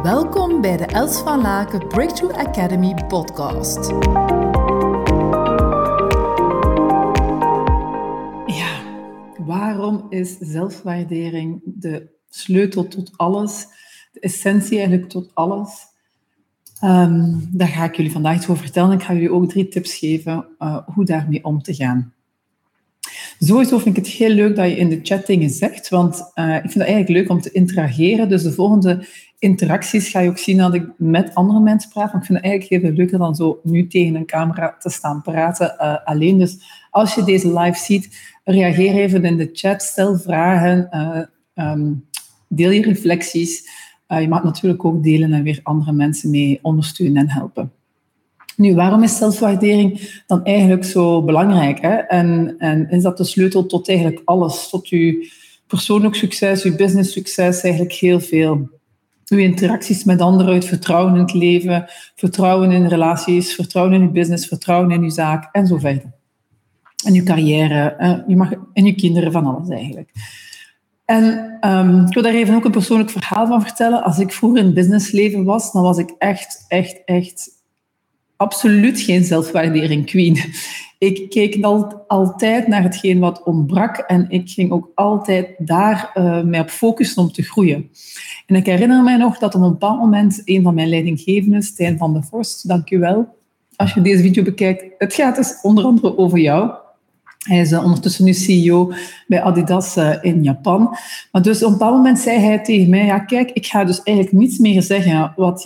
Welkom bij de Els van Laken Breakthrough Academy podcast. Ja, waarom is zelfwaardering de sleutel tot alles? De essentie eigenlijk tot alles? Daar ga ik jullie vandaag iets over vertellen. Ik ga jullie ook 3 tips geven hoe daarmee om te gaan. Sowieso vind ik het heel leuk dat je in de chat dingen zegt, want ik vind het eigenlijk leuk om te interageren. Dus de volgende interacties ga je ook zien dat ik met andere mensen praat. Maar ik vind het eigenlijk heel veel leuker dan zo nu tegen een camera te staan praten alleen. Dus als je deze live ziet, reageer even in de chat, stel vragen, deel je reflecties. Je mag natuurlijk ook delen en weer andere mensen mee ondersteunen en helpen. Nu, waarom is zelfwaardering dan eigenlijk zo belangrijk? Hè? En is dat de sleutel tot eigenlijk alles? Tot je persoonlijk succes, je business succes, eigenlijk heel veel. Uw interacties met anderen, het vertrouwen in het leven, vertrouwen in relaties, vertrouwen in je business, vertrouwen in je zaak en zo verder. En je carrière, en je kinderen, van alles eigenlijk. En ik wil daar even ook een persoonlijk verhaal van vertellen. Als ik vroeger in het businessleven was, dan was ik echt absoluut geen zelfwaardering queen. Ik keek altijd naar hetgeen wat ontbrak en ik ging ook altijd daar mij op focussen om te groeien. En ik herinner mij nog dat op een bepaald moment een van mijn leidinggevenden, Stijn van der Vorst, dank u wel, als je deze video bekijkt, het gaat dus onder andere over jou. Hij is ondertussen nu CEO bij Adidas in Japan. Maar dus op een bepaald moment zei hij tegen mij, ja kijk, ik ga dus eigenlijk niets meer zeggen wat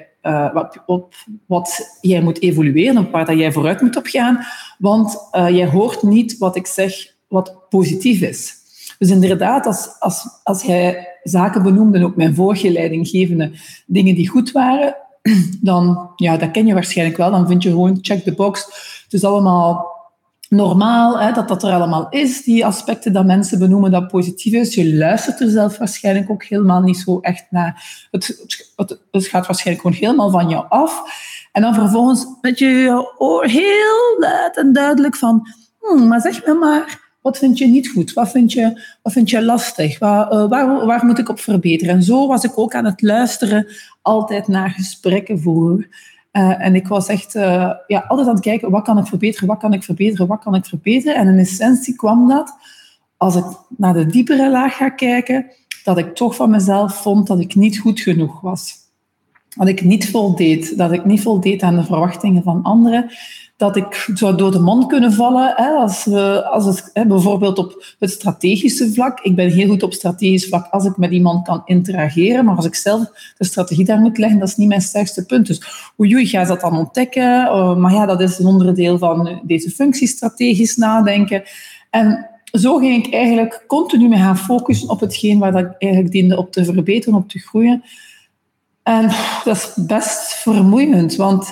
jij moet evolueren, op waar dat jij vooruit moet opgaan, want jij hoort niet wat ik zeg wat positief is. Dus inderdaad, als jij zaken benoemde, ook mijn vorige leidinggevende, dingen die goed waren, dan, ja, dat ken je waarschijnlijk wel, dan vind je gewoon check the box. Het is allemaal normaal, hè, dat er allemaal is, die aspecten dat mensen benoemen dat positief is. Je luistert er zelf waarschijnlijk ook helemaal niet zo echt naar. Het gaat waarschijnlijk gewoon helemaal van jou af. En dan vervolgens met je oor heel luid en duidelijk van maar zeg me maar, wat vind je niet goed? Wat vind je lastig? Waar moet ik op verbeteren? En zo was ik ook aan het luisteren, altijd naar gesprekken voeren. En ik was echt altijd aan het kijken, wat kan ik verbeteren? En in essentie kwam dat, als ik naar de diepere laag ga kijken, dat ik toch van mezelf vond dat ik niet goed genoeg was. Dat ik niet voldeed aan de verwachtingen van anderen. Dat ik zou door de mand kunnen vallen, bijvoorbeeld op het strategische vlak. Ik ben heel goed op strategisch vlak als ik met iemand kan interageren, maar als ik zelf de strategie daar moet leggen, dat is niet mijn sterkste punt. Dus oei, ga dat dan ontdekken? Maar ja, dat is een onderdeel van deze functie, strategisch nadenken. En zo ging ik eigenlijk continu me gaan focussen op hetgeen waar ik eigenlijk diende op te verbeteren, op te groeien. En dat is best vermoeiend, want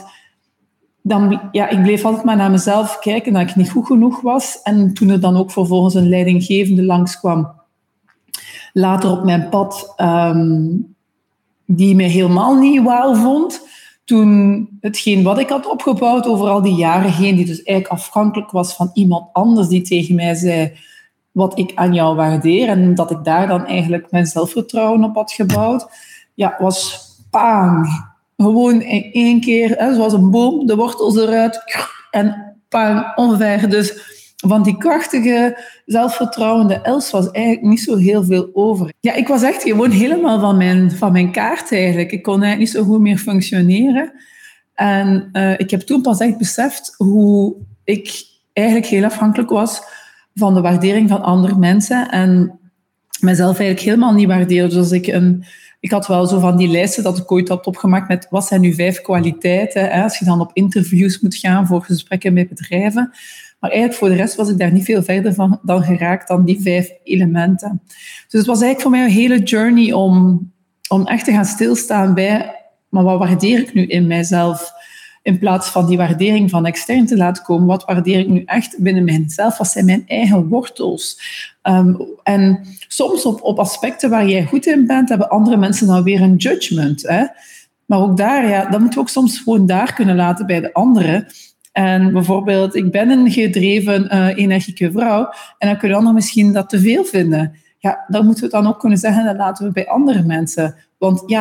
ik bleef altijd maar naar mezelf kijken, dat ik niet goed genoeg was. En toen er dan ook vervolgens een leidinggevende langskwam, later op mijn pad, die mij helemaal niet wauw vond, toen hetgeen wat ik had opgebouwd over al die jaren heen, die dus eigenlijk afhankelijk was van iemand anders die tegen mij zei wat ik aan jou waardeer en dat ik daar dan eigenlijk mijn zelfvertrouwen op had gebouwd, was bang. Gewoon in 1 keer, zoals een boom, de wortels eruit en bang, omver. Dus van die krachtige, zelfvertrouwende Els was eigenlijk niet zo heel veel over. Ja, ik was echt gewoon helemaal van mijn kaart eigenlijk. Ik kon eigenlijk niet zo goed meer functioneren. En ik heb toen pas echt beseft hoe ik eigenlijk heel afhankelijk was van de waardering van andere mensen en mezelf eigenlijk helemaal niet waardeerde. Dus ik had wel zo van die lijsten dat ik ooit had opgemaakt met wat zijn nu 5 kwaliteiten, als je dan op interviews moet gaan voor gesprekken met bedrijven. Maar eigenlijk voor de rest was ik daar niet veel verder van dan geraakt dan die 5 elementen. Dus het was eigenlijk voor mij een hele journey om echt te gaan stilstaan bij, maar wat waardeer ik nu in mijzelf? In plaats van die waardering van extern te laten komen, wat waardeer ik nu echt binnen mijzelf? Wat zijn mijn eigen wortels? En soms op aspecten waar jij goed in bent, hebben andere mensen dan weer een judgment. Hè? Maar ook daar, dat moeten we ook soms gewoon daar kunnen laten bij de anderen. En bijvoorbeeld, ik ben een gedreven, energieke vrouw en dan kunnen anderen misschien dat te veel vinden. Ja, dan moeten we het dan ook kunnen zeggen, dat laten we bij andere mensen. Want ja,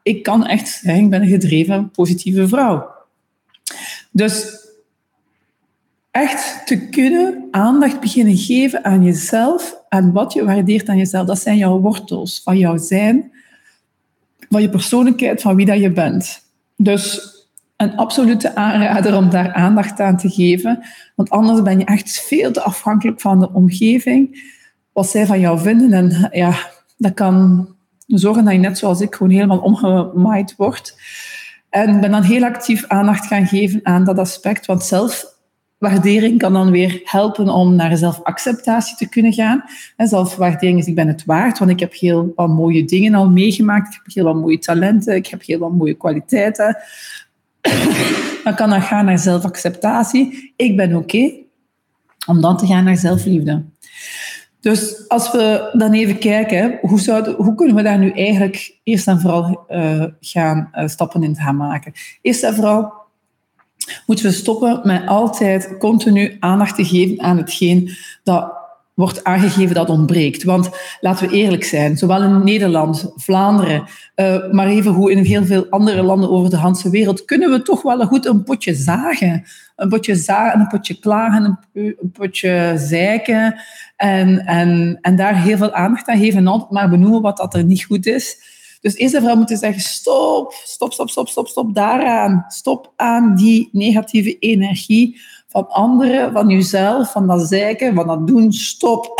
ik kan echt zeggen, ik ben een gedreven, positieve vrouw. Dus echt te kunnen aandacht beginnen geven aan jezelf, aan wat je waardeert aan jezelf. Dat zijn jouw wortels van jouw zijn, van je persoonlijkheid, van wie dat je bent. Dus een absolute aanrader om daar aandacht aan te geven, want anders ben je echt veel te afhankelijk van de omgeving, wat zij van jou vinden. En ja, dat kan zorgen dat je net zoals ik gewoon helemaal omgemaaid wordt. En ben dan heel actief aandacht gaan geven aan dat aspect, want zelfwaardering kan dan weer helpen om naar zelfacceptatie te kunnen gaan. Zelfwaardering is, ik ben het waard, want ik heb heel wat mooie dingen al meegemaakt, ik heb heel wat mooie talenten, ik heb heel wat mooie kwaliteiten. Dan kan dat gaan naar zelfacceptatie. Ik ben oké. Om dan te gaan naar zelfliefde. Dus als we dan even kijken, hoe kunnen we daar nu eigenlijk eerst en vooral stappen in gaan maken? Eerst en vooral moeten we stoppen met altijd continu aandacht te geven aan hetgeen dat wordt aangegeven dat ontbreekt. Want laten we eerlijk zijn, zowel in Nederland, Vlaanderen, maar evengoed in heel veel andere landen over de hele wereld, kunnen we toch wel goed een potje zagen. Een potje zagen, een potje klagen, een potje zeiken en daar heel veel aandacht aan geven en altijd maar benoemen wat dat er niet goed is. Dus eerst en vooral moeten zeggen, stop daaraan. Stop aan die negatieve energie van anderen, van jezelf, van dat zeiken, van dat doen. Stop.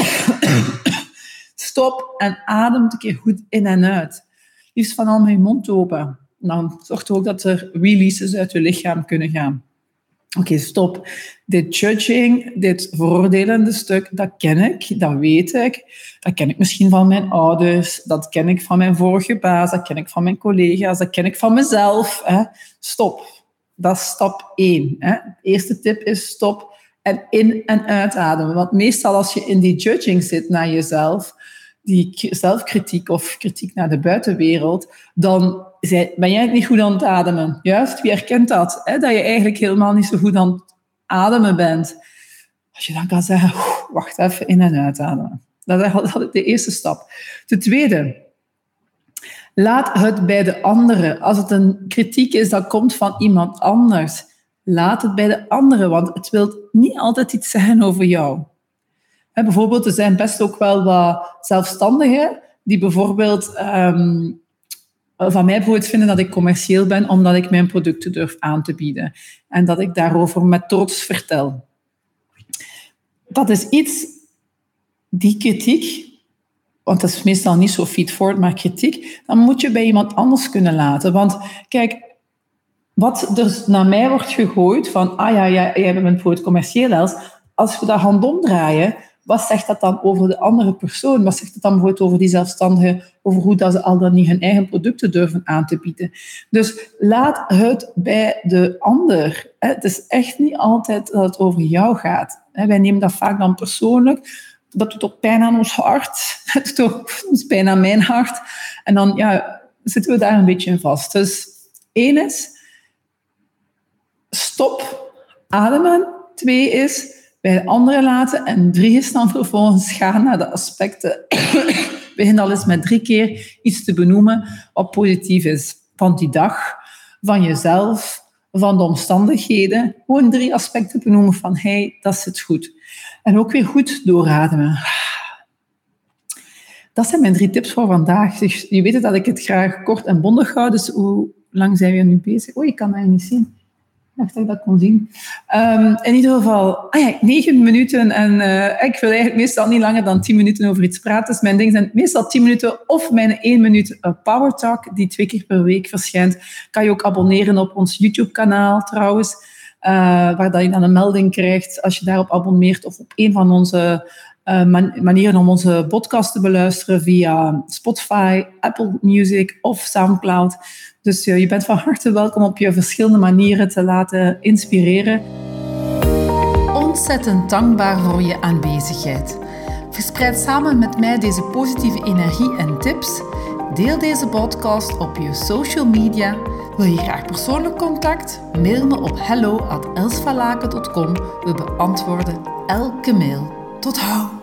Stop en adem een keer goed in en uit. Liefst van al met je mond open. Dan zorgt het ook dat er releases uit je lichaam kunnen gaan. Oké, stop. Dit judging, dit veroordelende stuk, dat ken ik, dat weet ik. Dat ken ik misschien van mijn ouders, dat ken ik van mijn vorige baas, dat ken ik van mijn collega's, dat ken ik van mezelf. Hè. Stop. Dat is stap 1. Hè. De eerste tip is stop en in- en uitademen. Want meestal als je in die judging zit naar jezelf, die zelfkritiek of kritiek naar de buitenwereld, dan ben jij niet goed aan het ademen. Juist, wie herkent dat? Hè? Dat je eigenlijk helemaal niet zo goed aan het ademen bent. Als je dan kan zeggen, wacht even, in- en uitademen. Dat is de eerste stap. De tweede, laat het bij de anderen. Als het een kritiek is dat komt van iemand anders, laat het bij de anderen, want het wil niet altijd iets zeggen over jou. Bijvoorbeeld, er zijn best ook wel wat zelfstandigen die bijvoorbeeld van mij bijvoorbeeld vinden dat ik commercieel ben omdat ik mijn producten durf aan te bieden. En dat ik daarover met trots vertel. Dat is iets, die kritiek, want dat is meestal niet zo feedforward, maar kritiek, dan moet je bij iemand anders kunnen laten. Want kijk, wat er naar mij wordt gegooid van, jij bent bijvoorbeeld commercieel, als we dat gaan omdraaien, wat zegt dat dan over de andere persoon? Wat zegt het dan bijvoorbeeld over die zelfstandigen, over hoe dat ze al dan niet hun eigen producten durven aan te bieden? Dus laat het bij de ander. Het is echt niet altijd dat het over jou gaat. Wij nemen dat vaak dan persoonlijk. Dat doet ook pijn aan ons hart. Het doet ook ons pijn aan mijn hart. En dan zitten we daar een beetje in vast. Dus 1 is, stop, ademen. 2 is, bij de anderen laten. En 3 is dan vervolgens gaan naar de aspecten. Begin al eens met 3 keer iets te benoemen wat positief is. Van die dag, van jezelf, van de omstandigheden. Gewoon 3 aspecten benoemen van, dat zit goed. En ook weer goed doorademen. Dat zijn mijn 3 tips voor vandaag. Dus je weet dat ik het graag kort en bondig hou. Dus hoe lang zijn we nu bezig? Ik kan dat niet zien. Ik dacht dat ik dat kon zien. In ieder geval, 9 minuten. En ik wil eigenlijk meestal niet langer dan 10 minuten over iets praten. Dus mijn dingen zijn meestal 10 minuten of mijn 1 minuut Power Talk, die 2 keer per week verschijnt. Kan je ook abonneren op ons YouTube-kanaal trouwens. Waar dat je dan een melding krijgt als je daarop abonneert. Of op een van onze manieren om onze podcast te beluisteren via Spotify, Apple Music of Soundcloud. Dus je bent van harte welkom op je verschillende manieren te laten inspireren. Ontzettend dankbaar voor je aanwezigheid. Verspreid samen met mij deze positieve energie en tips. Deel deze podcast op je social media. Wil je graag persoonlijk contact? Mail me op hello@elsvalaken.com. We beantwoorden elke mail. Tot hou!